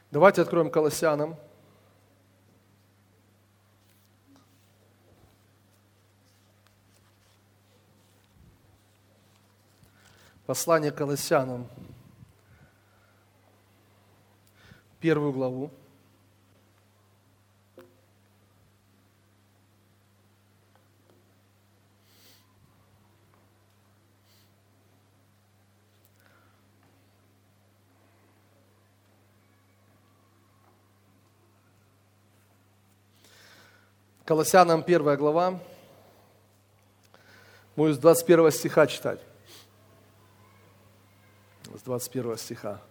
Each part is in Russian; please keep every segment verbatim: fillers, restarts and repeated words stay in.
Давайте откроем Колоссянам. Послание Колоссянам, первую главу. Колоссянам первая глава, буду с двадцать первого стиха читать. С двадцать первого стиха.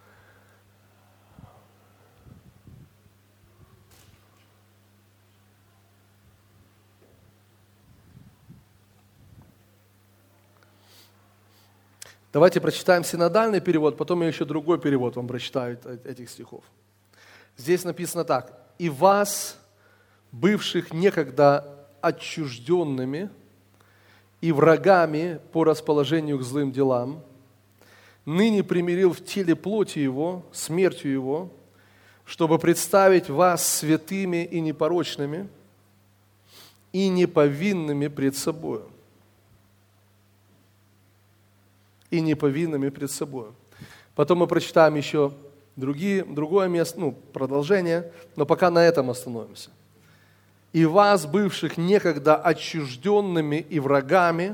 Давайте прочитаем синодальный перевод, потом я еще другой перевод вам прочитаю этих стихов. Здесь написано так. «И вас, бывших некогда отчужденными и врагами по расположению к злым делам, ныне примирил в теле плоти Его, смертью Его, чтобы представить вас святыми и непорочными и неповинными пред собою». И неповинными пред собою. Потом мы прочитаем еще другие, другое место, ну, продолжение, но пока на этом остановимся. «И вас, бывших некогда отчужденными и врагами,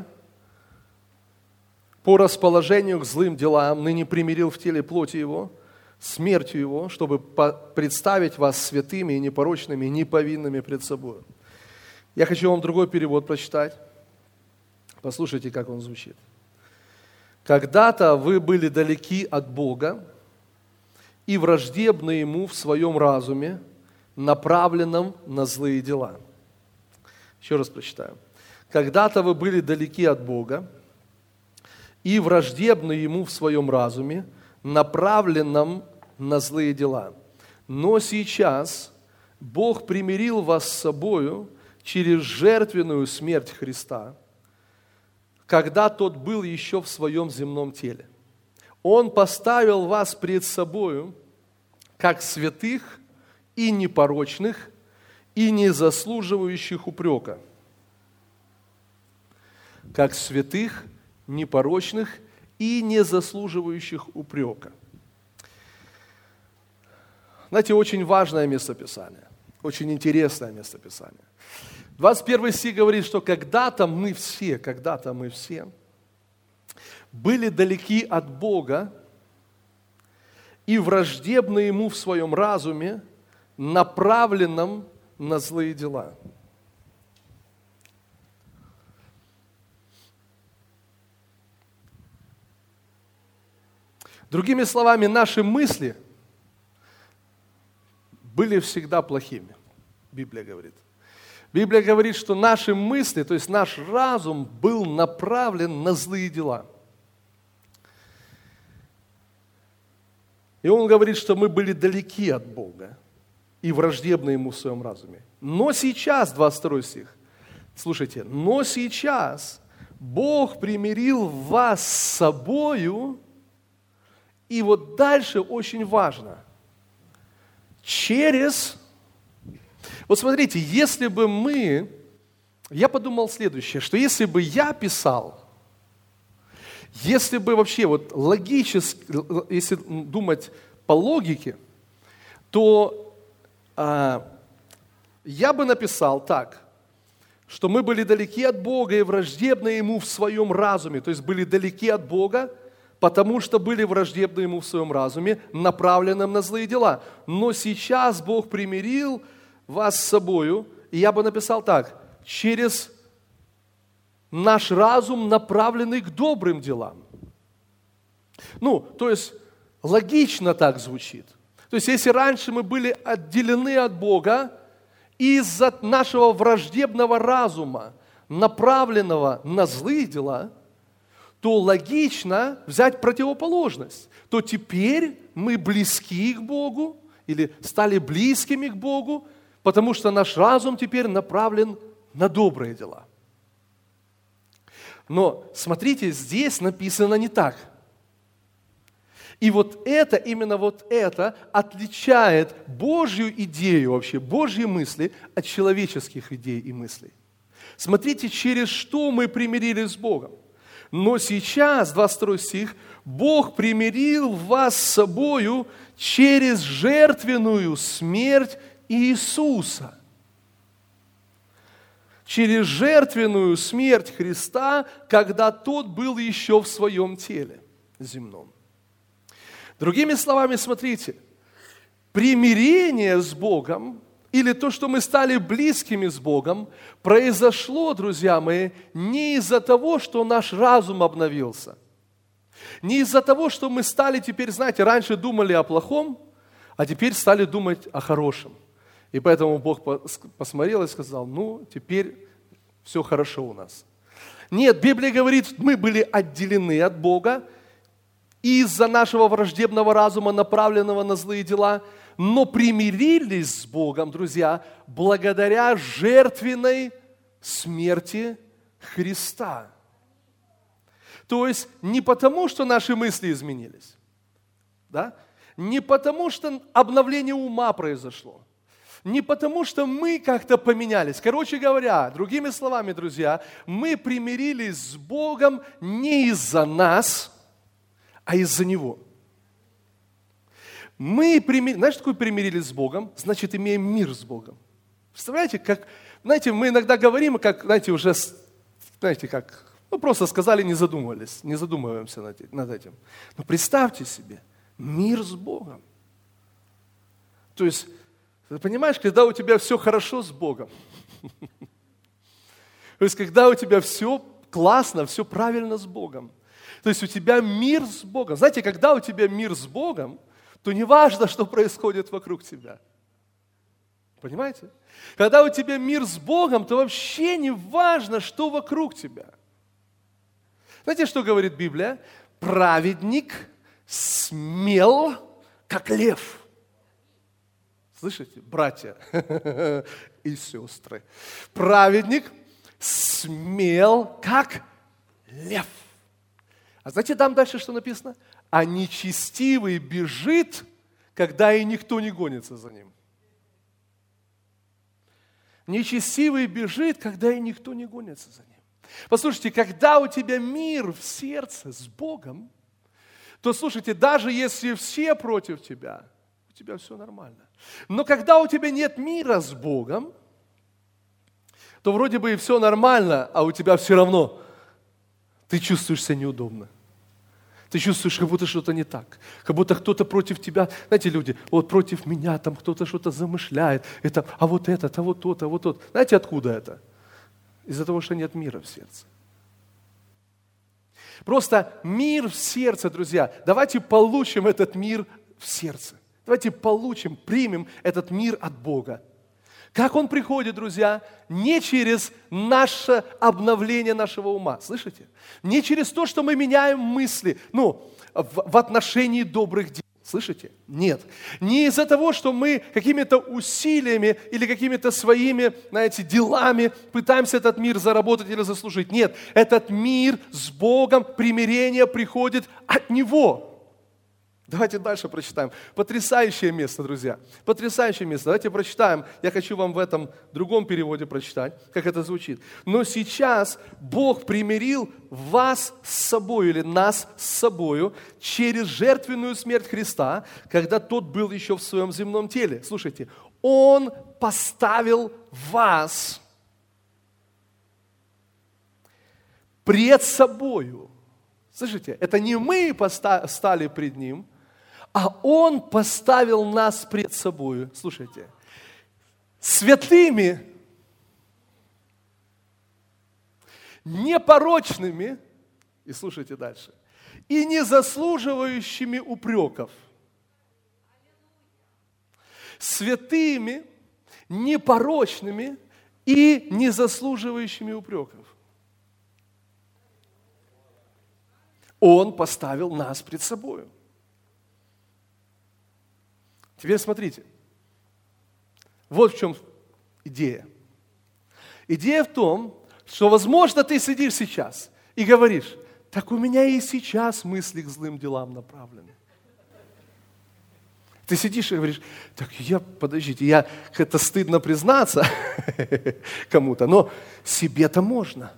по расположению к злым делам, ныне примирил в теле плоти Его, смертью Его, чтобы представить вас святыми и непорочными, и неповинными пред собой». Я хочу вам другой перевод прочитать. Послушайте, как он звучит. «Когда-то вы были далеки от Бога и враждебны Ему в своем разуме, направленном на злые дела». Еще раз прочитаю. «Когда-то вы были далеки от Бога и враждебны Ему в своем разуме, направленном на злые дела. Но сейчас Бог примирил вас с собою через жертвенную смерть Христа, когда Тот был еще в своем земном теле. Он поставил вас пред собою, как святых и непорочных, и не заслуживающих упрека. Как святых, непорочных и не заслуживающих упрека». Знаете, очень важное местописание, очень интересное местописание. двадцать первый стих говорит, что когда-то мы все, когда-то мы все были далеки от Бога и враждебны Ему в своем разуме, направленном на злые дела. Другими словами, наши мысли были всегда плохими, Библия говорит. Библия говорит, что наши мысли, то есть наш разум был направлен на злые дела. И он говорит, что мы были далеки от Бога и враждебны Ему в своем разуме. Но сейчас, двадцать второй стих, слушайте, но сейчас Бог примирил вас с собою, и вот дальше очень важно, через... Вот смотрите, если бы мы, я подумал следующее, что если бы я писал, если бы вообще вот логически, если думать по логике, то а, я бы написал так, что мы были далеки от Бога и враждебны Ему в своем разуме, то есть были далеки от Бога, потому что были враждебны Ему в своем разуме, направленном на злые дела. Но сейчас Бог примирил вас с собою, и я бы написал так, через наш разум, направленный к добрым делам. Ну, то есть, логично так звучит. То есть, если раньше мы были отделены от Бога из-за нашего враждебного разума, направленного на злые дела, то логично взять противоположность. То теперь мы близки к Богу, или стали близкими к Богу, потому что наш разум теперь направлен на добрые дела. Но смотрите, здесь написано не так. И вот это, именно вот это отличает Божью идею вообще, Божьи мысли от человеческих идей и мыслей. Смотрите, через что мы примирились с Богом. Но сейчас, двадцать второй стих, Бог примирил вас с собою через жертвенную смерть Иисуса. Через жертвенную смерть Христа, когда Тот был еще в своем теле земном. Другими словами, смотрите, примирение с Богом, или то, что мы стали близкими с Богом, произошло, друзья мои, не из-за того, что наш разум обновился, не из-за того, что мы стали теперь, знаете, раньше думали о плохом, а теперь стали думать о хорошем. И поэтому Бог посмотрел и сказал, ну, теперь все хорошо у нас. Нет, Библия говорит, мы были отделены от Бога, из-за нашего враждебного разума, направленного на злые дела, но примирились с Богом, друзья, благодаря жертвенной смерти Христа. То есть не потому, что наши мысли изменились, да? Не потому, что обновление ума произошло, не потому, что мы как-то поменялись. Короче говоря, другими словами, друзья, мы примирились с Богом не из-за нас, а из-за Него. Мы, примир... знаешь, что такое примирились с Богом? Значит, имеем мир с Богом. Представляете, как, знаете, мы иногда говорим, как, знаете, уже, знаете, как, ну, просто сказали, не задумывались, не задумываемся над, над этим. Но представьте себе, мир с Богом. То есть, ты понимаешь, когда у тебя все хорошо с Богом, то есть, когда у тебя все классно, все правильно с Богом, то есть у тебя мир с Богом. Знаете, когда у тебя мир с Богом, то не важно, что происходит вокруг тебя. Понимаете? Когда у тебя мир с Богом, то вообще не важно, что вокруг тебя. Знаете, что говорит Библия? Праведник смел, как лев. Слышите, братья и сестры? Праведник смел, как лев. А знаете, там дальше что написано? А нечестивый бежит, когда и никто не гонится за ним. Нечестивый бежит, когда и никто не гонится за ним. Послушайте, когда у тебя мир в сердце с Богом, то, слушайте, даже если все против тебя, у тебя все нормально. Но когда у тебя нет мира с Богом, то вроде бы и все нормально, а у тебя все равно ты чувствуешь себя неудобно. Ты чувствуешь, как будто что-то не так. Как будто кто-то против тебя. Знаете, люди, вот против меня там кто-то что-то замышляет. Это, а вот этот, а вот тот, а вот тот. Знаете, откуда это? Из-за того, что нет мира в сердце. Просто мир в сердце, друзья. Давайте получим этот мир в сердце. Давайте получим, примем этот мир от Бога. Как он приходит, друзья? Не через наше обновление нашего ума, слышите? Не через то, что мы меняем мысли, ну, в, в отношении добрых дел, слышите? Нет. Не из-за того, что мы какими-то усилиями или какими-то своими, знаете, делами пытаемся этот мир заработать или заслужить. Нет, этот мир с Богом, примирение приходит от Него. Давайте дальше прочитаем. Потрясающее место, друзья. Потрясающее место. Давайте прочитаем. Я хочу вам в этом другом переводе прочитать, как это звучит. Но сейчас Бог примирил вас с собой, или нас с собою, через жертвенную смерть Христа, когда Тот был еще в своем земном теле. Слушайте, Он поставил вас пред собою. Слышите, это не мы поста- стали пред Ним, а Он поставил нас пред собою. Слушайте, святыми, непорочными, и слушайте дальше, и не заслуживающими упреков. Святыми, непорочными и не заслуживающими упреков. Он поставил нас пред собою. Теперь смотрите. Вот в чем идея. Идея в том, что, возможно, ты сидишь сейчас и говоришь, так у меня и сейчас мысли к злым делам направлены. Ты сидишь и говоришь, так я, подождите, я, это стыдно признаться кому-то, но себе-то можно.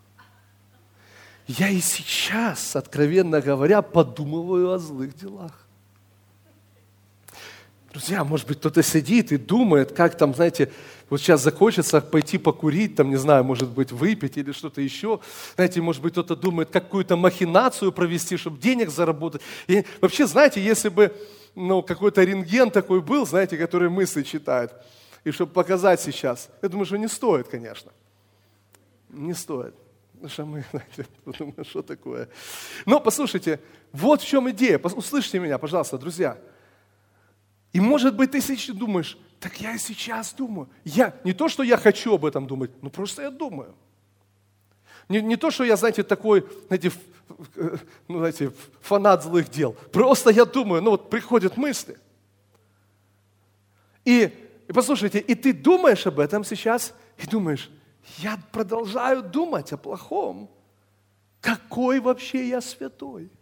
Я и сейчас, откровенно говоря, подумываю о злых делах. Друзья, может быть, кто-то сидит и думает, как там, знаете, вот сейчас захочется пойти покурить, там, не знаю, может быть, выпить или что-то еще. Знаете, может быть, кто-то думает, какую-то махинацию провести, чтобы денег заработать. И вообще, знаете, если бы ну, какой-то рентген такой был, знаете, который мысли читает, и чтобы показать сейчас, я думаю, что не стоит, конечно. Не стоит. Потому что мы, знаете, думаем, что такое. Но послушайте, вот в чем идея. Услышьте меня, пожалуйста, друзья. И может быть, ты сейчас думаешь, так я и сейчас думаю. Я, не то, что я хочу об этом думать, но просто я думаю. Не, не то, что я, знаете, такой, знаете, ну, знаете, фанат злых дел. Просто я думаю, ну вот приходят мысли. И, и послушайте, и ты думаешь об этом сейчас, и думаешь, я продолжаю думать о плохом. Какой вообще я святой?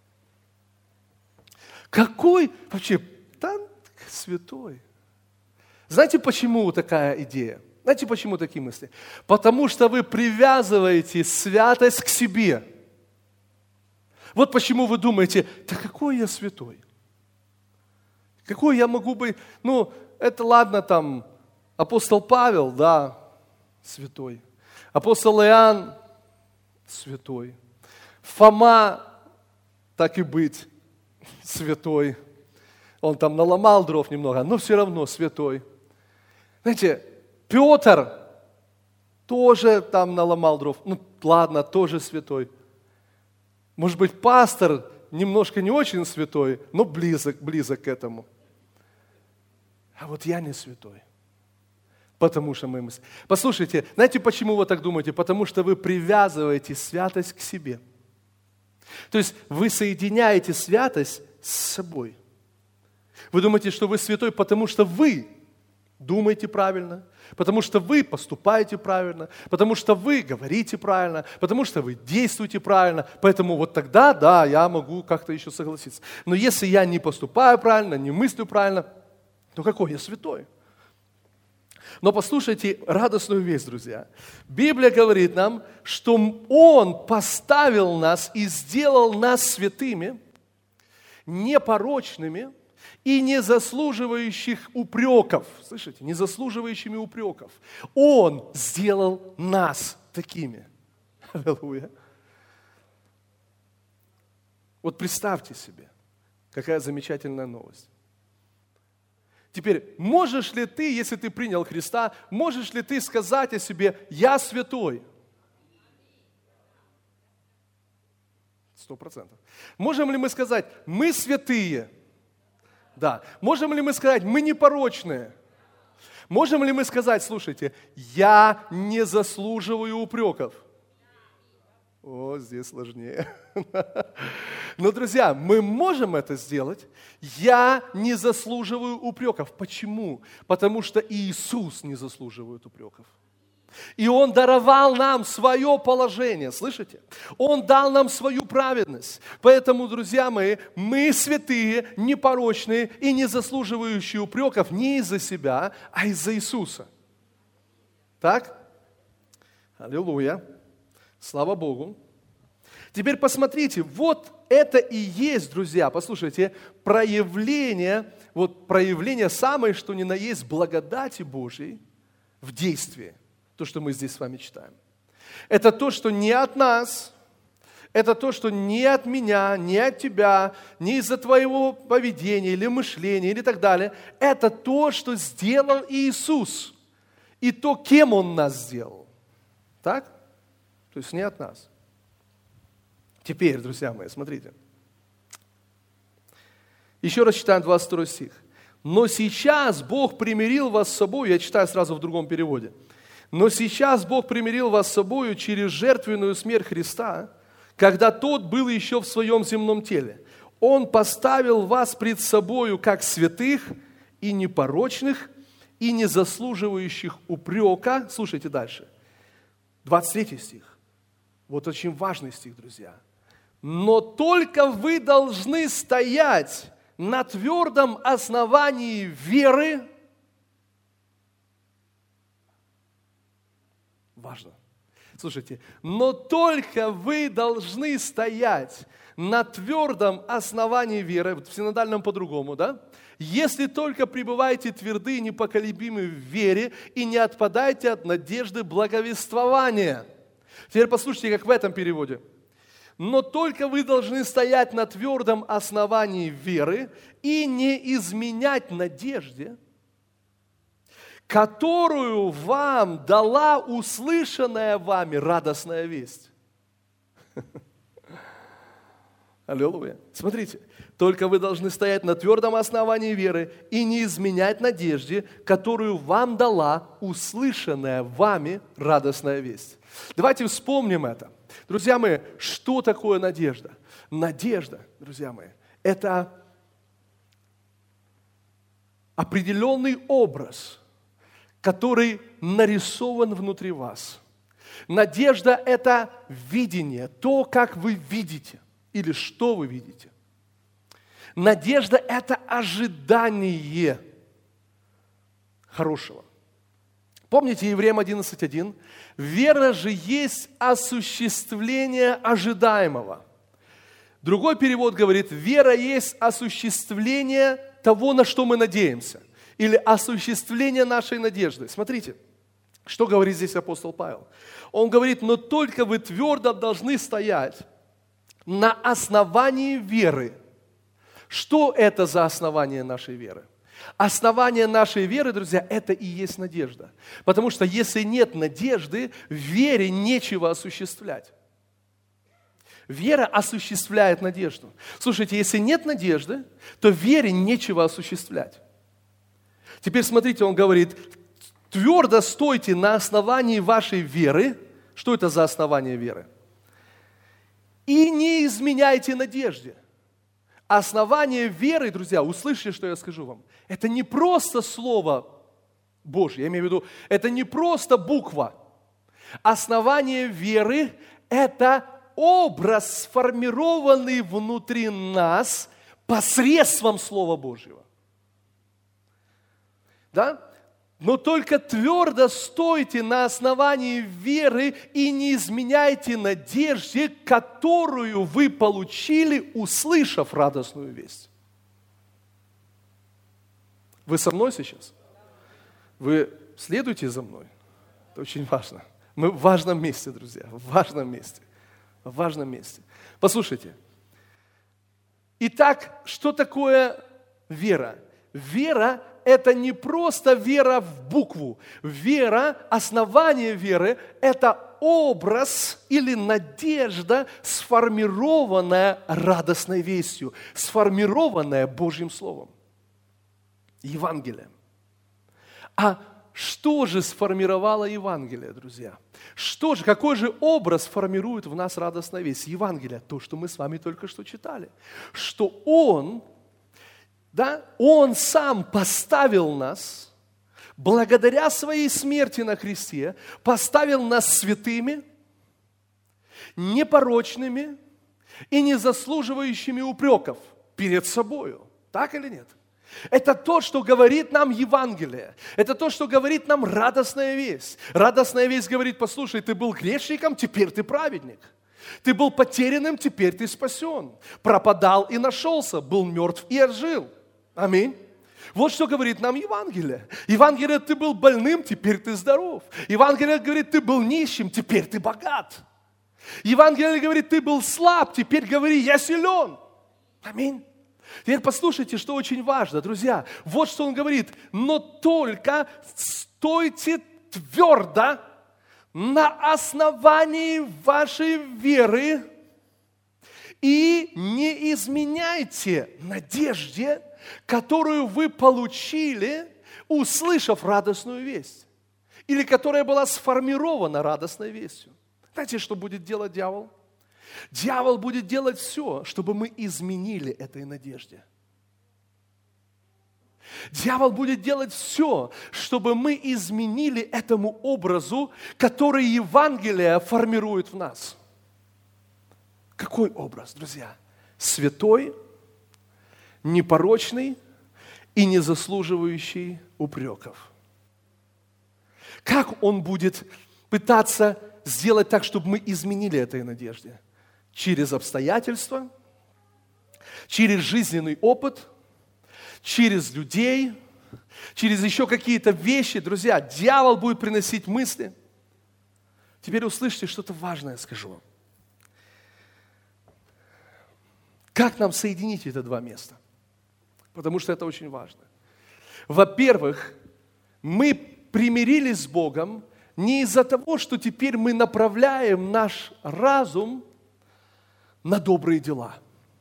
Какой вообще, да, святой? Знаете, почему такая идея? Знаете, почему такие мысли? Потому что вы привязываете святость к себе. Вот почему вы думаете, да какой я святой? Какой я могу быть? Ну, это ладно там, апостол Павел, да, святой. Апостол Иоанн, святой. Фома, так и быть, святой. Он там наломал дров немного, но все равно святой. Знаете, Петр тоже там наломал дров. Ну, ладно, тоже святой. Может быть, пастор немножко не очень святой, но близок, близок к этому. А вот я не святой. Потому что мы мысли. Послушайте, знаете, почему вы так думаете? Потому что вы привязываете святость к себе. То есть вы соединяете святость с собой. Вы думаете, что вы святой, потому что вы думаете правильно, потому что вы поступаете правильно, потому что вы говорите правильно, потому что вы действуете правильно. Поэтому вот тогда, да, я могу как-то еще согласиться. Но если я не поступаю правильно, не мыслю правильно, то какой я святой? Но послушайте радостную весть, друзья. Библия говорит нам, что Он поставил нас и сделал нас святыми, непорочными и не заслуживающих упреков. Слышите? Не заслуживающими упреков. Он сделал нас такими. Аллилуйя. Вот представьте себе, какая замечательная новость. Теперь, можешь ли ты, если ты принял Христа, можешь ли ты сказать о себе, я святой? Сто процентов. Можем ли мы сказать, мы святые? Да. Можем ли мы сказать, мы непорочные? Можем ли мы сказать, слушайте, я не заслуживаю упреков? О, здесь сложнее. Но, друзья, мы можем это сделать. Я не заслуживаю упреков. Почему? Потому что Иисус не заслуживает упреков. И Он даровал нам свое положение, слышите? Он дал нам свою праведность. Поэтому, друзья мои, мы святые, непорочные и не заслуживающие упреков не из-за себя, а из-за Иисуса. Так? Аллилуйя. Слава Богу. Теперь посмотрите, вот это и есть, друзья, послушайте, проявление, вот проявление самое, что ни на есть благодати Божьей в действии. То, что мы здесь с вами читаем. Это то, что не от нас, это то, что не от меня, не от тебя, не из-за твоего поведения или мышления или так далее. Это то, что сделал Иисус. И то, кем Он нас сделал. Так? То есть не от нас. Теперь, друзья мои, смотрите. Еще раз читаем двадцать второй стих. «Но сейчас Бог примирил вас с собой», я читаю сразу в другом переводе. «Но сейчас Бог примирил вас с собою через жертвенную смерть Христа, когда тот был еще в своем земном теле. Он поставил вас пред собою как святых и непорочных, и не заслуживающих упрека». Слушайте дальше. двадцать третий стих. Вот очень важный стих, друзья. «Но только вы должны стоять на твердом основании веры. Важно. Слушайте, но только вы должны стоять на твердом основании веры, в синодальном по-другому, да? Если только пребываете тверды и непоколебимы в вере и не отпадаете от надежды благовествования. Теперь послушайте, как в этом переводе. Но только вы должны стоять на твердом основании веры и не изменять надежде, которую вам дала услышанная вами радостная весть. Аллилуйя. Смотрите, только вы должны стоять на твердом основании веры и не изменять надежде, которую вам дала услышанная вами радостная весть. Давайте вспомним это. Друзья мои, что такое надежда? Надежда, друзья мои, это определенный образ, который нарисован внутри вас. Надежда – это видение, то, как вы видите или что вы видите. Надежда – это ожидание хорошего. Помните Евреям одиннадцать один? Вера же есть осуществление ожидаемого. Другой перевод говорит, вера есть осуществление того, на что мы надеемся. Или осуществление нашей надежды. Смотрите, что говорит здесь апостол Павел. Он говорит, но только вы твердо должны стоять на основании веры. Что это за основание нашей веры? Основание нашей веры, друзья, это и есть надежда. Потому что если нет надежды, в вере нечего осуществлять. Вера осуществляет надежду. Слушайте, если нет надежды, то в вере нечего осуществлять. Теперь смотрите, он говорит, твердо стойте на основании вашей веры. Что это за основание веры? И не изменяйте надежде. Основание веры, друзья, услышите, что я скажу вам. Это не просто Слово Божье, я имею в виду, это не просто буква. Основание веры – это образ, сформированный внутри нас посредством Слова Божьего. Да? Но только твердо стойте на основании веры и не изменяйте надежде, которую вы получили, услышав радостную весть. Вы со мной сейчас? Вы следуете за мной? Это очень важно. Мы в важном месте, друзья, в важном месте. В важном месте. Послушайте. Итак, что такое вера? Вера – это не просто вера в букву. Вера, основание веры – это образ или надежда, сформированная радостной вестью, сформированная Божьим Словом, Евангелием. А что же сформировало Евангелие, друзья? Что же, какой же образ формирует в нас радостная весть? Евангелие, то, что мы с вами только что читали. Что Он... Да? Он сам поставил нас, благодаря своей смерти на кресте, поставил нас святыми, непорочными и не заслуживающими упреков перед собою. Так или нет? Это то, что говорит нам Евангелие. Это то, что говорит нам радостная весть. Радостная весть говорит, послушай, ты был грешником, теперь ты праведник. Ты был потерянным, теперь ты спасен. Пропадал и нашелся, был мертв и ожил. Аминь. Вот что говорит нам Евангелие. Евангелие, ты был больным, теперь ты здоров. Евангелие говорит, ты был нищим, теперь ты богат. Евангелие говорит, ты был слаб, теперь говори, я силен. Аминь. Теперь послушайте, что очень важно, друзья. Вот что он говорит. Но только стойте твердо на основании вашей веры и не изменяйте надежде, которую вы получили, услышав радостную весть. Или которая была сформирована радостной вестью. Знаете, что будет делать дьявол? Дьявол будет делать все, чтобы мы изменили этой надежде. Дьявол будет делать все, чтобы мы изменили этому образу, который Евангелие формирует в нас. Какой образ, друзья? Святой, непорочный и не заслуживающий упреков. Как Он будет пытаться сделать так, чтобы мы изменили этой надежде? Через обстоятельства, через жизненный опыт, через людей, через еще какие-то вещи. Друзья, дьявол будет приносить мысли. Теперь услышьте, что-то важное скажу вам. Как нам соединить эти два места? Потому что это очень важно. Во-первых, мы примирились с Богом не из-за того, что теперь мы направляем наш разум на добрые дела.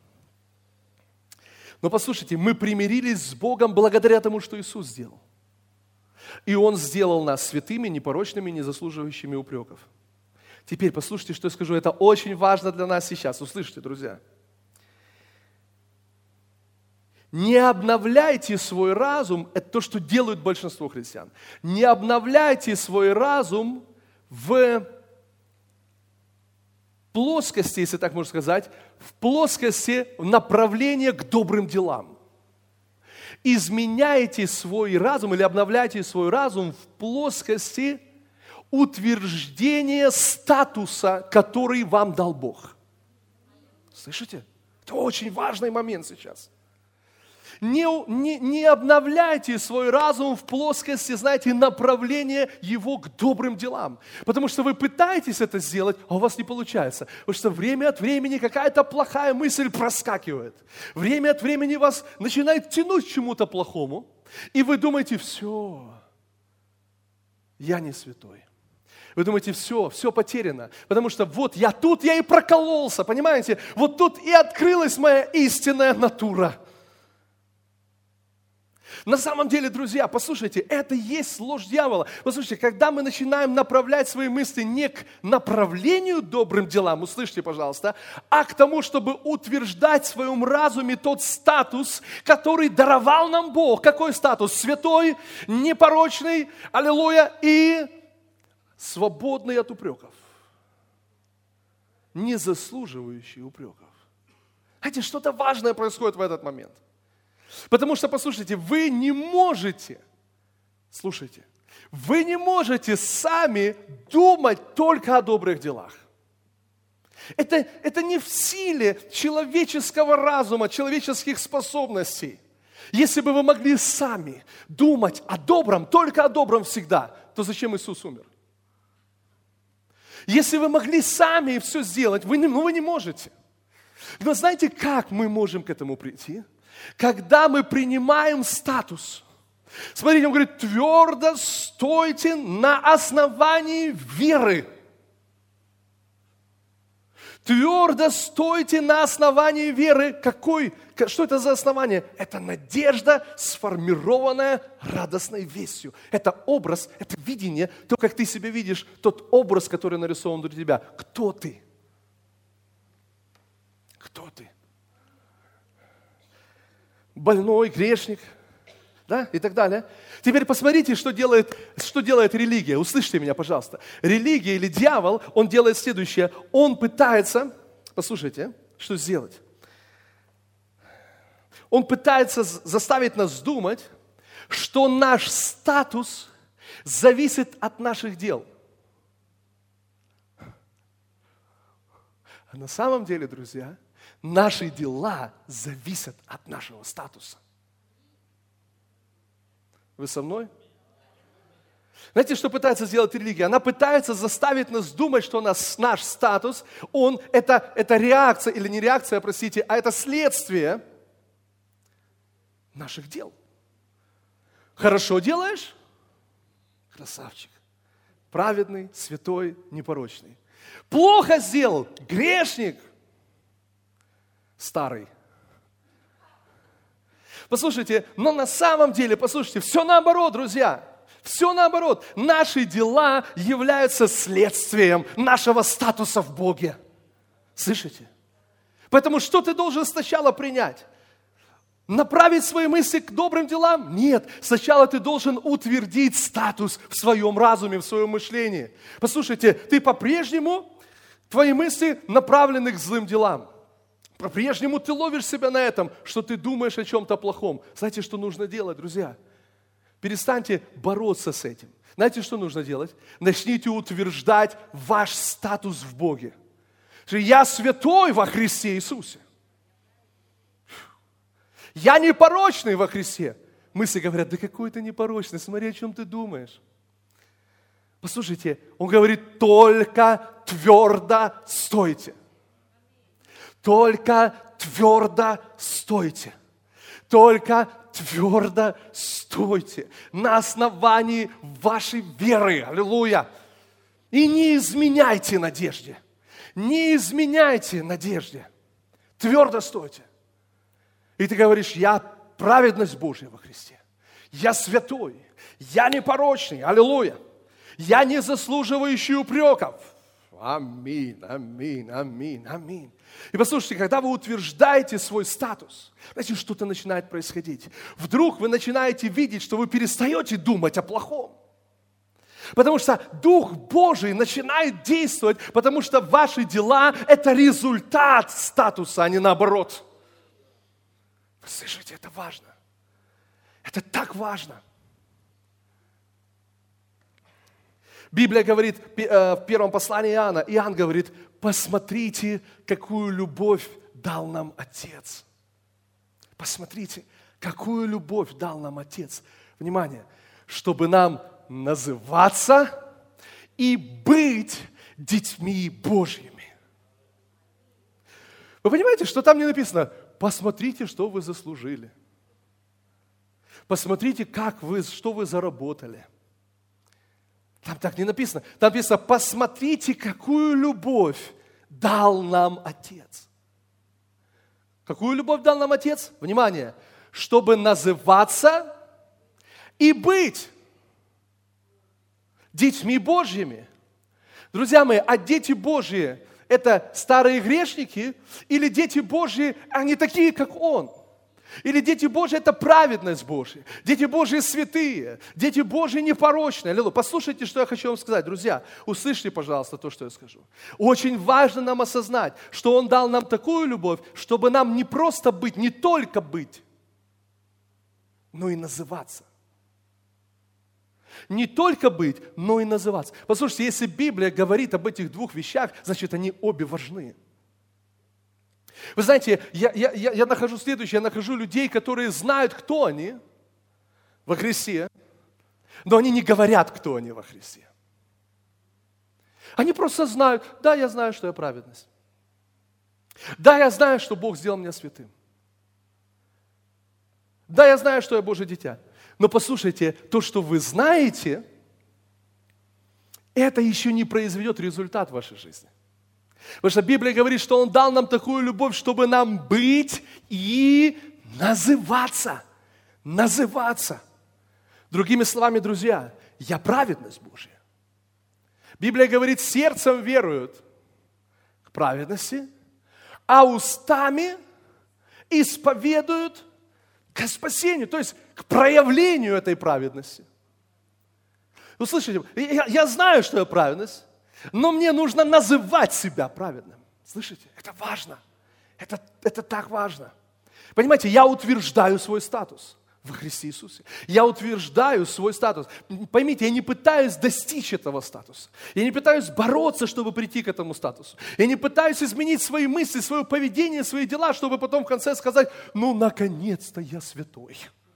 Но послушайте, мы примирились с Богом благодаря тому, что Иисус сделал. И Он сделал нас святыми, непорочными, не заслуживающими упреков. Теперь послушайте, что я скажу. Это очень важно для нас сейчас. Услышьте, друзья. Не обновляйте свой разум, это то, что делают большинство христиан. Не обновляйте свой разум в плоскости, если так можно сказать, в плоскости направления к добрым делам. Изменяйте свой разум или обновляйте свой разум в плоскости утверждения статуса, который вам дал Бог. Слышите? Это очень важный момент сейчас. Не, не, не обновляйте свой разум в плоскости, знаете, направления его к добрым делам. Потому что вы пытаетесь это сделать, а у вас не получается. Потому что время от времени какая-то плохая мысль проскакивает. Время от времени вас начинает тянуть к чему-то плохому. И вы думаете, все, я не святой. Вы думаете, все, все потеряно. Потому что вот я тут, я и прокололся, понимаете? Вот тут и открылась моя истинная натура. На самом деле, друзья, послушайте, это и есть ложь дьявола. Послушайте, когда мы начинаем направлять свои мысли не к направлению добрым делам, услышьте, пожалуйста, а к тому, чтобы утверждать в своем разуме тот статус, который даровал нам Бог. Какой статус? Святой, непорочный, аллилуйя, и свободный от упреков. Не заслуживающий упреков. Знаете, что-то важное происходит в этот момент. Потому что, послушайте, вы не можете, слушайте, вы не можете сами думать только о добрых делах. Это, это не в силе человеческого разума, человеческих способностей. Если бы вы могли сами думать о добром, только о добром всегда, то зачем Иисус умер? Если вы могли сами все сделать, вы не, ну, вы не можете. Но знаете, как мы можем к этому прийти? Когда мы принимаем статус. Смотрите, он говорит, твердо стойте на основании веры. Твердо стойте на основании веры. Какой? Что это за основание? Это надежда, сформированная радостной вестью. Это образ, это видение, то, как ты себя видишь, тот образ, который нарисован для тебя. Кто ты? Кто ты? Больной, грешник, да, и так далее. Теперь посмотрите, что делает, что делает религия. Услышьте меня, пожалуйста. Религия или дьявол, он делает следующее. Он пытается, послушайте, что сделать? Он пытается заставить нас думать, что наш статус зависит от наших дел. А на самом деле, друзья, наши дела зависят от нашего статуса. Вы со мной? Знаете, что пытается сделать религия? Она пытается заставить нас думать, что нас, наш статус, он, это, это реакция, или не реакция, простите, а это следствие наших дел. Хорошо делаешь? Красавчик. Праведный, святой, непорочный. Плохо сделал? Грешник. Старый. Послушайте, но на самом деле, послушайте, все наоборот, друзья. Все наоборот. Наши дела являются следствием нашего статуса в Боге. Слышите? Поэтому что ты должен сначала принять? Направить свои мысли к добрым делам? Нет. Сначала ты должен утвердить статус в своем разуме, в своем мышлении. Послушайте, ты по-прежнему, твои мысли направлены к злым делам. по-прежнему ты ловишь себя на этом, что ты думаешь о чем-то плохом. Знаете, что нужно делать, друзья? Перестаньте бороться с этим. Знаете, что нужно делать? Начните утверждать ваш статус в Боге. Что я святой во Христе Иисусе. Я непорочный во Христе. Мысли говорят, да какой ты непорочный, смотри, о чем ты думаешь. Послушайте, он говорит, только твердо стойте. Только твердо стойте. Только твердо стойте на основании вашей веры. Аллилуйя. И не изменяйте надежде. Не изменяйте надежде. Твердо стойте. И ты говоришь, я праведность Божья во Христе. Я святой. Я непорочный. Аллилуйя. Я не заслуживающий упреков. Аминь, аминь, аминь, аминь. И послушайте, когда вы утверждаете свой статус, знаете, что-то начинает происходить. Вдруг вы начинаете видеть, что вы перестаете думать о плохом. Потому что Дух Божий начинает действовать, потому что ваши дела – это результат статуса, а не наоборот. Вы слышите, это важно. Это так важно. Библия говорит в первом послании Иоанна, Иоанн говорит, посмотрите, какую любовь дал нам Отец. Посмотрите, какую любовь дал нам Отец. Внимание, чтобы нам называться и быть детьми Божьими. Вы понимаете, что там не написано, посмотрите, что вы заслужили. Посмотрите, как вы, что вы заработали. Там так не написано. Там написано, посмотрите, какую любовь дал нам Отец. Какую любовь дал нам Отец? Внимание, чтобы называться и быть детьми Божьими. Друзья мои, а дети Божьи – это старые грешники или дети Божьи, они такие, как Он? Или дети Божьи – это праведность Божья. Дети Божьи святые. Дети Божьи непорочные. Аллилуйя. Послушайте, что я хочу вам сказать. Друзья, услышьте, пожалуйста, то, что я скажу. Очень важно нам осознать, что Он дал нам такую любовь, чтобы нам не просто быть, не только быть, но и называться. Не только быть, но и называться. Послушайте, если Библия говорит об этих двух вещах, значит, они обе важны. Вы знаете, я, я, я, я нахожу следующее, я нахожу людей, которые знают, кто они во Христе, но они не говорят, кто они во Христе. Они просто знают, да, я знаю, что я праведность. Да, я знаю, что Бог сделал меня святым. Да, я знаю, что я Божье дитя. Но послушайте, то, что вы знаете, это еще не произведет результат в вашей жизни. Потому что Библия говорит, что Он дал нам такую любовь, чтобы нам быть и называться. Называться. Другими словами, друзья, я праведность Божья. Библия говорит, сердцем веруют к праведности, а устами исповедуют к спасению, то есть к проявлению этой праведности. Вы слышите, я, я знаю, что я праведность, но мне нужно называть себя праведным. Слышите? Это важно. Это, это так важно. Понимаете, я утверждаю свой статус во Христе Иисусе. Я утверждаю свой статус. Поймите, я не пытаюсь достичь этого статуса. Я не пытаюсь бороться, чтобы прийти к этому статусу. Я не пытаюсь изменить свои мысли, свое поведение, свои дела, чтобы потом в конце сказать, ну, наконец-то я святой.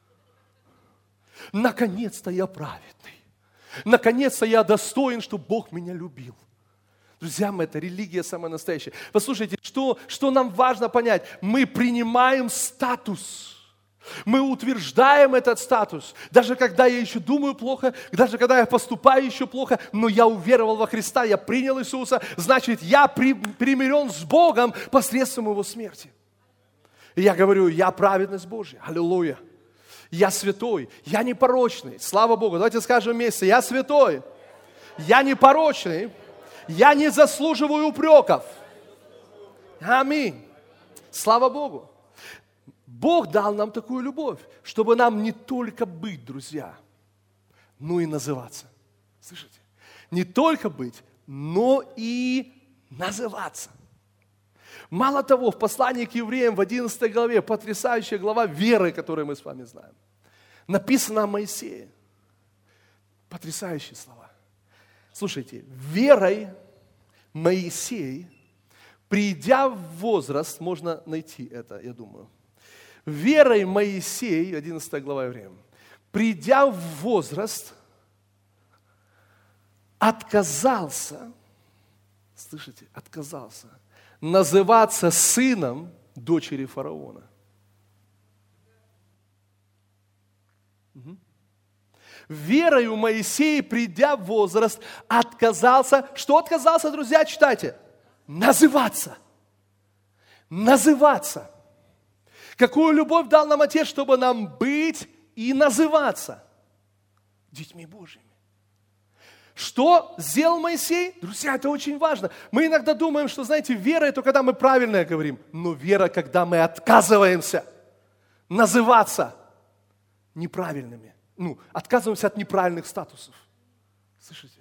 Наконец-то я праведный. Наконец-то я достоин, чтобы Бог меня любил. Друзья мои, это религия самая настоящая. Послушайте, что, что нам важно понять? Мы принимаем статус. Мы утверждаем этот статус. Даже когда я еще думаю плохо, даже когда я поступаю еще плохо, но я уверовал во Христа, я принял Иисуса, значит, я при, примирен с Богом посредством Его смерти. И я говорю, я праведность Божья. Аллилуйя. Я святой, я непорочный. Слава Богу. Давайте скажем вместе, я святой, я непорочный, я не заслуживаю упреков. Аминь. Слава Богу. Бог дал нам такую любовь, чтобы нам не только быть, друзья, но и называться. Слышите? Не только быть, но и называться. Мало того, в послании к евреям в одиннадцатой главе, потрясающая глава веры, которую мы с вами знаем, написано о Моисее. Потрясающие слова. Слушайте, верой Моисей, придя в возраст, можно найти это, я думаю. Верой Моисей, одиннадцатая глава евреям, придя в возраст, отказался, слышите, отказался называться сыном дочери фараона. Угу. Верою Моисей, придя в возраст, отказался. Что отказался, друзья? Читайте. Называться. Называться. Какую любовь дал нам Отец, чтобы нам быть и называться детьми Божьими. Что сделал Моисей? Друзья, это очень важно. Мы иногда думаем, что, знаете, вера – это когда мы правильное говорим. Но вера, когда мы отказываемся называться неправильными. Ну, отказываемся от неправильных статусов. Слышите?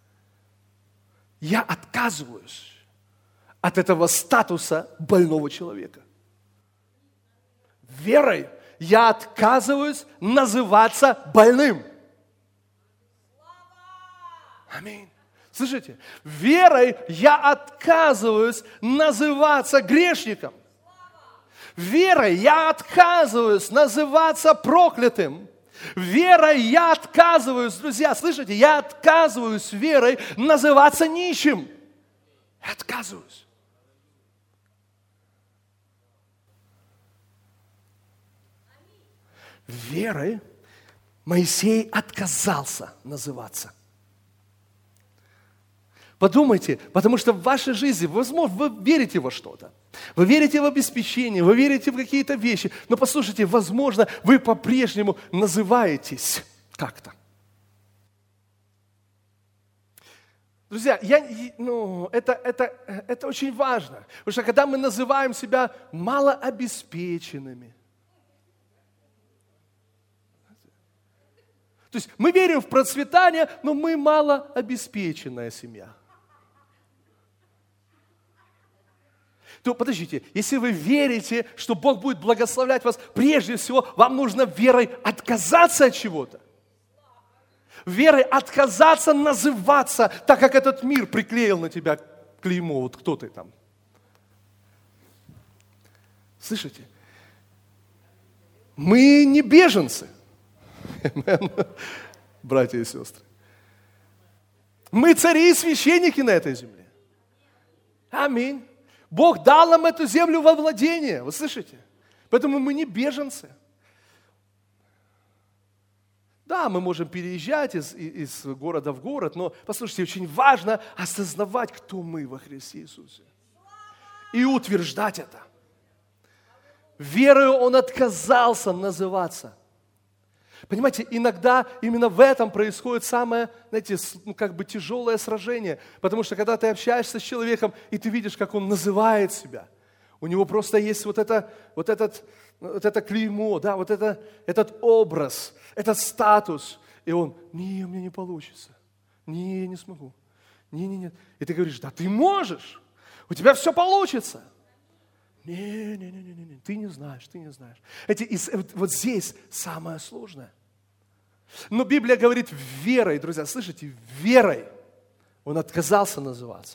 Я отказываюсь от этого статуса больного человека. Верой я отказываюсь называться больным. Аминь. Слышите? Верой я отказываюсь называться грешником. Верой я отказываюсь называться проклятым. Верой я отказываюсь, друзья, слышите, я отказываюсь верой называться нищим. Я отказываюсь. Верой Моисей отказался называться. Подумайте, потому что в вашей жизни, возможно, вы верите во что-то. Вы верите в обеспечение, вы верите в какие-то вещи. Но послушайте, возможно, вы по-прежнему называетесь как-то. Друзья, я, ну, это, это, это очень важно. Потому что когда мы называем себя малообеспеченными, то есть мы верим в процветание, но мы малообеспеченная семья. То подождите, если вы верите, что Бог будет благословлять вас, прежде всего вам нужно верой отказаться от чего-то. Верой отказаться называться, так как этот мир приклеил на тебя клеймо, вот кто ты там. Слышите? Мы не беженцы, братья и сестры. Мы цари и священники на этой земле. Аминь. Бог дал нам эту землю во владение, вы слышите? Поэтому мы не беженцы. Да, мы можем переезжать из, из города в город, но, послушайте, очень важно осознавать, кто мы во Христе Иисусе. И утверждать это. Верою он отказался называться. Понимаете, иногда именно в этом происходит самое, знаете, ну, как бы тяжелое сражение. Потому что когда ты общаешься с человеком, и ты видишь, как он называет себя, у него просто есть вот, это, вот, этот, вот это клеймо, да, вот это, этот образ, этот статус. И он, не, у меня не получится, не, я не смогу, не, не, нет. И ты говоришь, да ты можешь, у тебя все получится. Не, не, не, не, не, ты не знаешь, ты не знаешь. Эти, вот здесь самое сложное. Но Библия говорит верой, друзья, слышите, верой он отказался называться.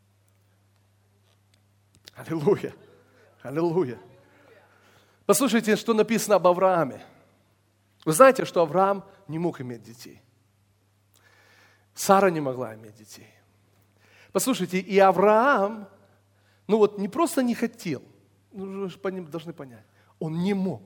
Аллилуйя, аллилуйя. Послушайте, что написано об Аврааме. Вы знаете, что Авраам не мог иметь детей. Сара не могла иметь детей. Послушайте, и Авраам, ну вот не просто не хотел, ну, вы должны понять, он не мог.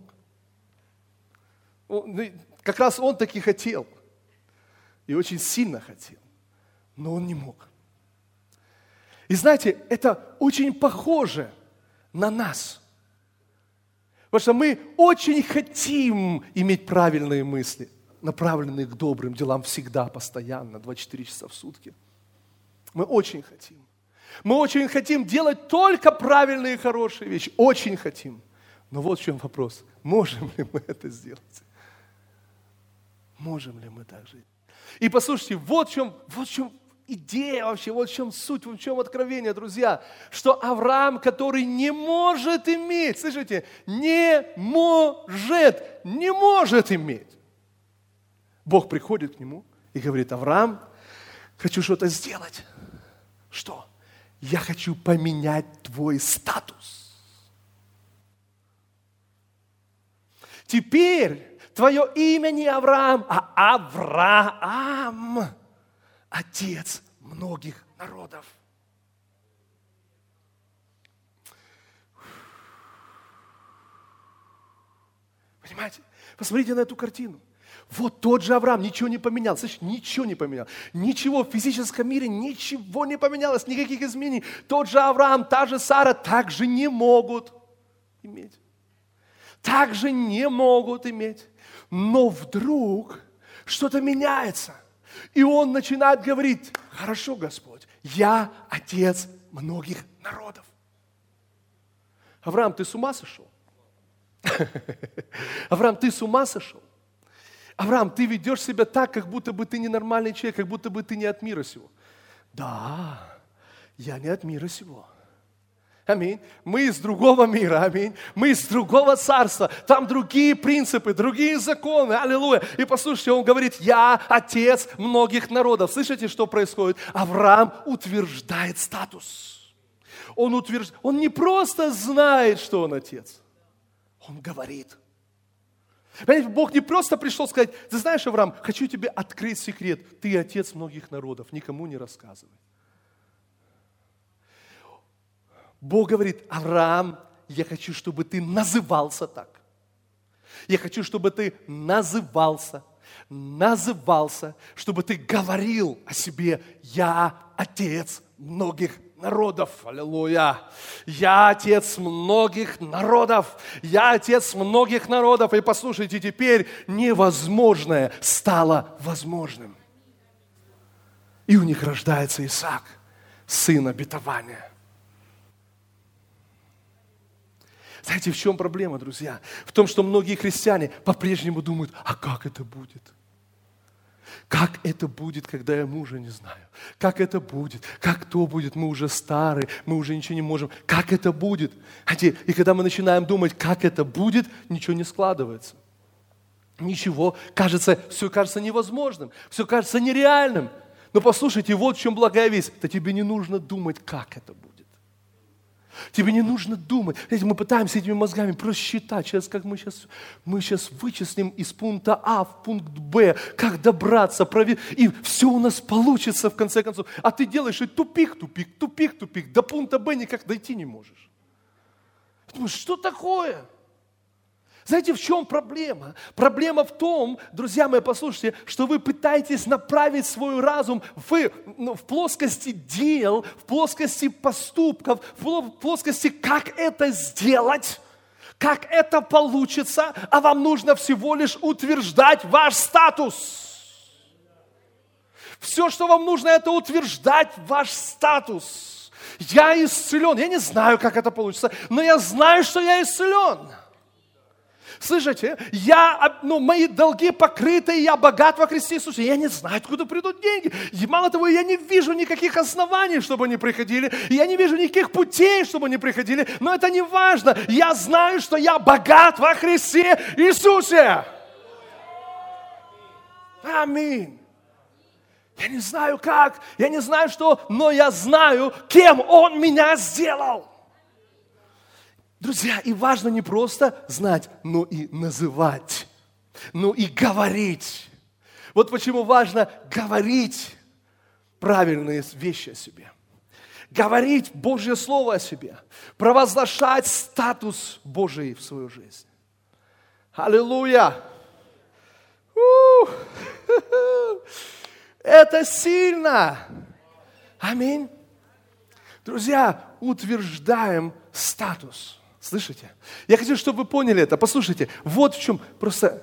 Он, как раз он таки хотел. И очень сильно хотел. Но он не мог. И знаете, это очень похоже на нас. Потому что мы очень хотим иметь правильные мысли, направленные к добрым делам всегда, постоянно, двадцать четыре часа в сутки. Мы очень хотим. Мы очень хотим делать только правильные и хорошие вещи. Очень хотим. Но вот в чем вопрос. Можем ли мы это сделать? Можем ли мы так жить? И послушайте, вот в чем, вот в чем идея вообще, вот в чем суть, в чем откровение, друзья, что Авраам, который не может иметь, слышите, не может, не может иметь. Бог приходит к нему и говорит: Авраам, хочу что-то сделать. Что? Я хочу поменять твой статус. Теперь твое имя не Авраам, а Авраам, отец многих народов. Понимаете? Посмотрите на эту картину. Вот тот же Авраам, ничего не поменял. Слышишь, ничего не поменял. Ничего в физическом мире, ничего не поменялось, никаких изменений. Тот же Авраам, та же Сара также не могут иметь. Также не могут иметь. Но вдруг что-то меняется. И он начинает говорить: хорошо, Господь, я отец многих народов. Авраам, ты с ума сошел? Авраам, ты с ума сошел? Авраам, ты ведешь себя так, как будто бы ты ненормальный человек, как будто бы ты не от мира сего. Да, я не от мира сего. Аминь. Мы из другого мира, аминь. Мы из другого царства. Там другие принципы, другие законы. Аллилуйя. И послушайте, он говорит: я отец многих народов. Слышите, что происходит? Авраам утверждает статус. Он утверждает, он не просто знает, что он отец. Он говорит. Понимаете, Бог не просто пришел сказать: ты знаешь, Авраам, хочу тебе открыть секрет. Ты отец многих народов, никому не рассказывай. Бог говорит: Авраам, я хочу, чтобы ты назывался так. Я хочу, чтобы ты назывался, назывался, чтобы ты говорил о себе: я отец многих народов. Аллилуйя. Я отец многих народов. Я отец многих народов. И послушайте, теперь невозможное стало возможным. И у них рождается Исаак, сын обетования. Знаете, в чем проблема, друзья? В том, что многие христиане по-прежнему думают: а как это будет? Как это будет, когда я мужа не знаю? Как это будет? Как то будет? Мы уже старые, мы уже ничего не можем. Как это будет? И когда мы начинаем думать, как это будет, ничего не складывается. Ничего, кажется, все кажется невозможным, все кажется нереальным. Но послушайте, вот в чем благая весть. Да тебе не нужно думать, как это будет. Тебе не нужно думать. Знаете, мы пытаемся этими мозгами просчитать. Сейчас, как мы сейчас, мы сейчас вычислим из пункта А в пункт Б, как добраться, проверить, и все у нас получится в конце концов. А ты делаешь и тупик, тупик, тупик, тупик. До пункта Б никак дойти не можешь. Ты думаешь, что такое? Знаете, в чем проблема? Проблема в том, друзья мои, послушайте, что вы пытаетесь направить свой разум в, ну, в плоскости дел, в плоскости поступков, в плоскости, как это сделать, как это получится, а вам нужно всего лишь утверждать ваш статус. Все, что вам нужно, это утверждать ваш статус. Я исцелен. Я не знаю, как это получится, но я знаю, что я исцелен. Слышите, я, ну, мои долги покрыты, я богат во Христе Иисусе. Я не знаю, откуда придут деньги. И мало того, я не вижу никаких оснований, чтобы они приходили. Я не вижу никаких путей, чтобы они приходили. Но это не важно. Я знаю, что я богат во Христе Иисусе. Аминь. Я не знаю как, я не знаю что, но я знаю, кем Он меня сделал. Друзья, и важно не просто знать, но и называть, но и говорить. Вот почему важно говорить правильные вещи о себе. Говорить Божье Слово о себе. Провозглашать статус Божий в свою жизнь. Аллилуйя! Это сильно! Аминь! Друзья, утверждаем статус. Слышите? Я хочу, чтобы вы поняли это. Послушайте, вот в чем просто...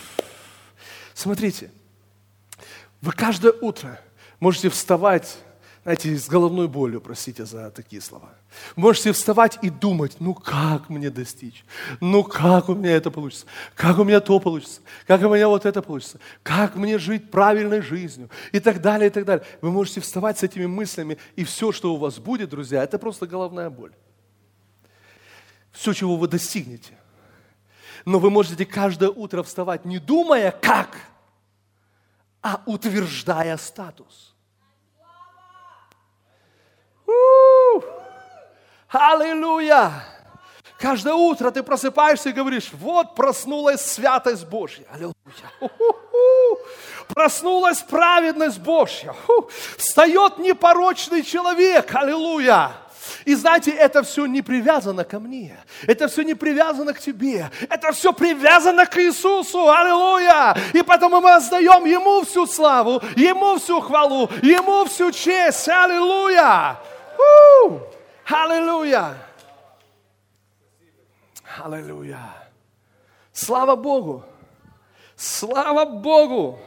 Смотрите, вы каждое утро можете вставать знаете, с головной болью, простите за такие слова. Вы можете вставать и думать, ну как мне достичь? Ну как у меня это получится? Как у меня то получится? Как у меня вот это получится? Как мне жить правильной жизнью? И так далее, и так далее. Вы можете вставать с этими мыслями, и все, что у вас будет, друзья, это просто головная боль. Все, чего вы достигнете. Но вы можете каждое утро вставать, не думая как, а утверждая статус. У-у-у! Аллилуйя! Каждое утро ты просыпаешься и говоришь, вот проснулась святость Божья. Аллилуйя! У-у-у! Проснулась праведность Божья. У-у! Встает непорочный человек. Аллилуйя! И знаете, это все не привязано ко мне. Это все не привязано к тебе. Это все привязано к Иисусу. Аллилуйя! И потому мы отдаем Ему всю славу, Ему всю хвалу, Ему всю честь. Аллилуйя! У! Аллилуйя! Аллилуйя! Слава Богу! Слава Богу!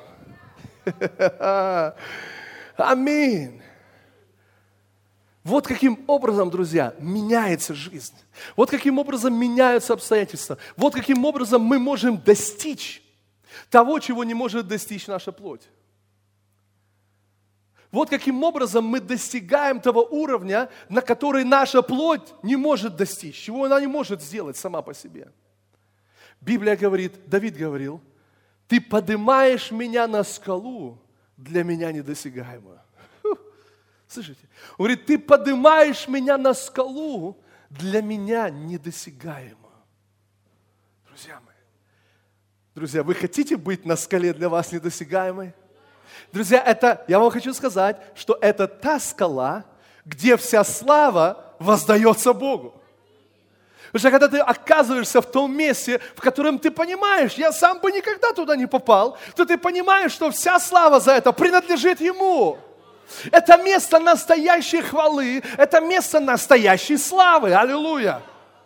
Аминь! Вот каким образом, друзья, меняется жизнь. Вот каким образом меняются обстоятельства. Вот каким образом мы можем достичь того, чего не может достичь наша плоть. Вот каким образом мы достигаем того уровня, на который наша плоть не может достичь, чего она не может сделать сама по себе. Библия говорит, Давид говорил, ты поднимаешь меня на скалу, для меня недосягаемую. Слышите? Он говорит, ты поднимаешь меня на скалу, для меня недосягаемо. Друзья мои, друзья, вы хотите быть на скале для вас недосягаемой? Друзья, это, я вам хочу сказать, что это та скала, где вся слава воздается Богу. Потому что когда ты оказываешься в том месте, в котором ты понимаешь, я сам бы никогда туда не попал, то ты понимаешь, что вся слава за это принадлежит Ему. Это место настоящей хвалы, это место настоящей славы. Аллилуйя.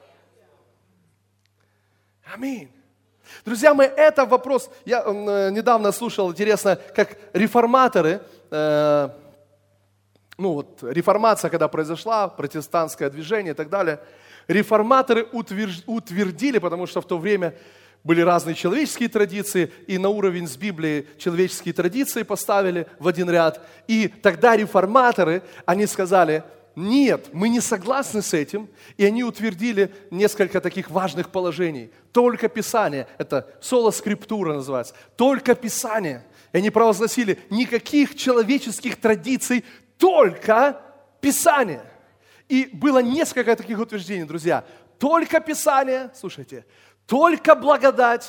Аминь. Друзья мои, это вопрос, я э, недавно слушал, интересно, как реформаторы, э, ну вот реформация, когда произошла, протестантское движение и так далее, реформаторы утверж, утвердили, потому что в то время были разные человеческие традиции, и на уровень с Библией человеческие традиции поставили в один ряд. И тогда реформаторы, они сказали, нет, мы не согласны с этим, и они утвердили несколько таких важных положений. Только Писание, это соло скриптура называется, только Писание. И они провозгласили, никаких человеческих традиций, только Писание. И было несколько таких утверждений, друзья. Только Писание, слушайте, только благодать.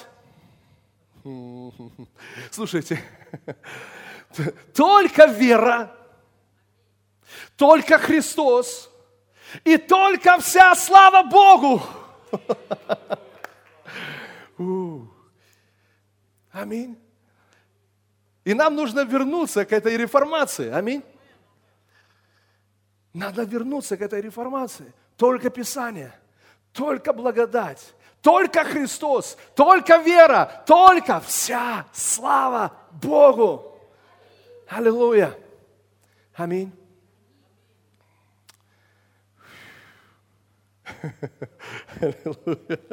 Слушайте, только вера, только Христос и только вся слава Богу. Аминь. И нам нужно вернуться к этой реформации. Аминь. Надо вернуться к этой реформации. Только Писание, только благодать. Только Христос, только вера, только вся слава Богу. Аллилуйя. Аминь. Аллилуйя.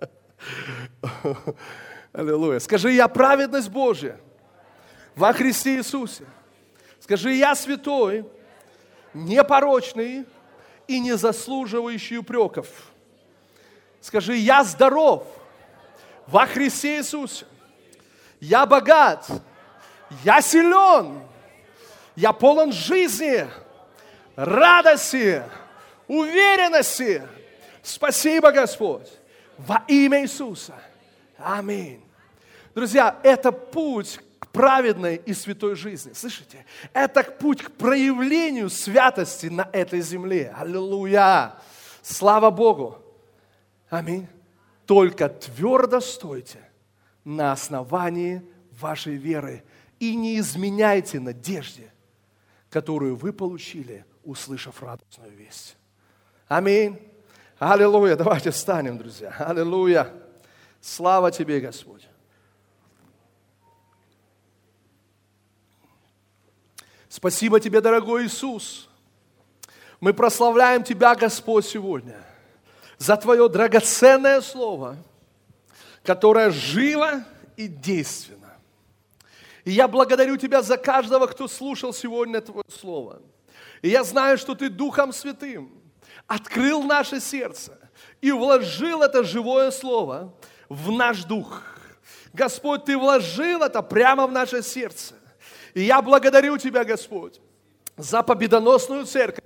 Аллилуйя. Скажи, я праведность Божья во Христе Иисусе. Скажи, я святой, непорочный и не заслуживающий упреков. Скажи, я здоров во Христе Иисусе. Я богат. Я силен. Я полон жизни, радости, уверенности. Спасибо, Господь. Во имя Иисуса. Аминь. Друзья, это путь к праведной и святой жизни. Слышите? Это путь к проявлению святости на этой земле. Аллилуйя. Слава Богу. Аминь. Только твердо стойте на основании вашей веры и не изменяйте надежде, которую вы получили, услышав радостную весть. Аминь. Аллилуйя. Давайте встанем, друзья. Аллилуйя. Слава Тебе, Господь. Спасибо Тебе, дорогой Иисус. Мы прославляем Тебя, Господь, сегодня за Твое драгоценное Слово, которое живо и действенно. И я благодарю Тебя за каждого, кто слушал сегодня Твое Слово. И я знаю, что Ты Духом Святым открыл наше сердце и вложил это живое Слово в наш дух. Господь, Ты вложил это прямо в наше сердце. И я благодарю Тебя, Господь, за победоносную церковь.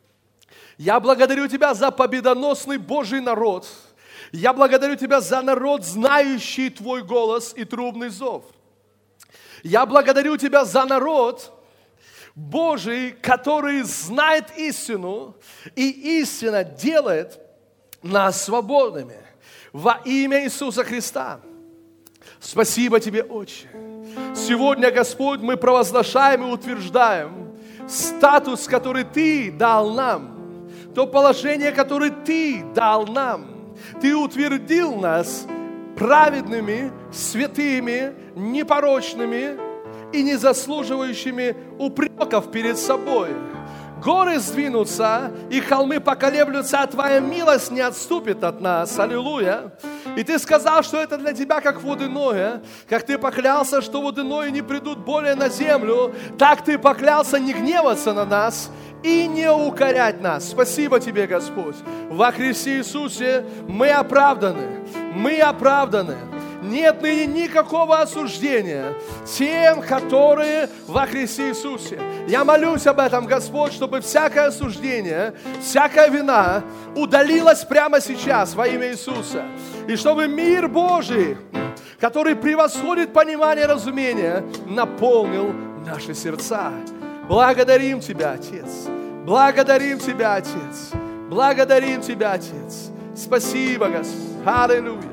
Я благодарю Тебя за победоносный Божий народ. Я благодарю Тебя за народ, знающий Твой голос и трубный зов. Я благодарю Тебя за народ Божий, который знает истину, и истина делает нас свободными. Во имя Иисуса Христа. Спасибо Тебе, Отче. Сегодня, Господь, мы провозглашаем и утверждаем статус, который Ты дал нам, то положение, которое Ты дал нам. Ты утвердил нас праведными, святыми, непорочными и не заслуживающими упреков перед собой. Горы сдвинутся, и холмы поколеблются, а Твоя милость не отступит от нас. Аллилуйя. И Ты сказал, что это для Тебя как воды Ноя. Как Ты поклялся, что воды Ноя не придут более на землю, так Ты поклялся не гневаться на нас и не укорять нас. Спасибо Тебе, Господь. Во Христе Иисусе мы оправданы. Мы оправданы. Нет ныне никакого осуждения тем, которые во Христе Иисусе. Я молюсь об этом, Господь, чтобы всякое осуждение, всякая вина удалилась прямо сейчас во имя Иисуса. И чтобы мир Божий, который превосходит понимание и разумение, наполнил наши сердца. Благодарим Тебя, Отец. Благодарим Тебя, Отец. Благодарим Тебя, Отец. Спасибо, Господь. Аллилуйя.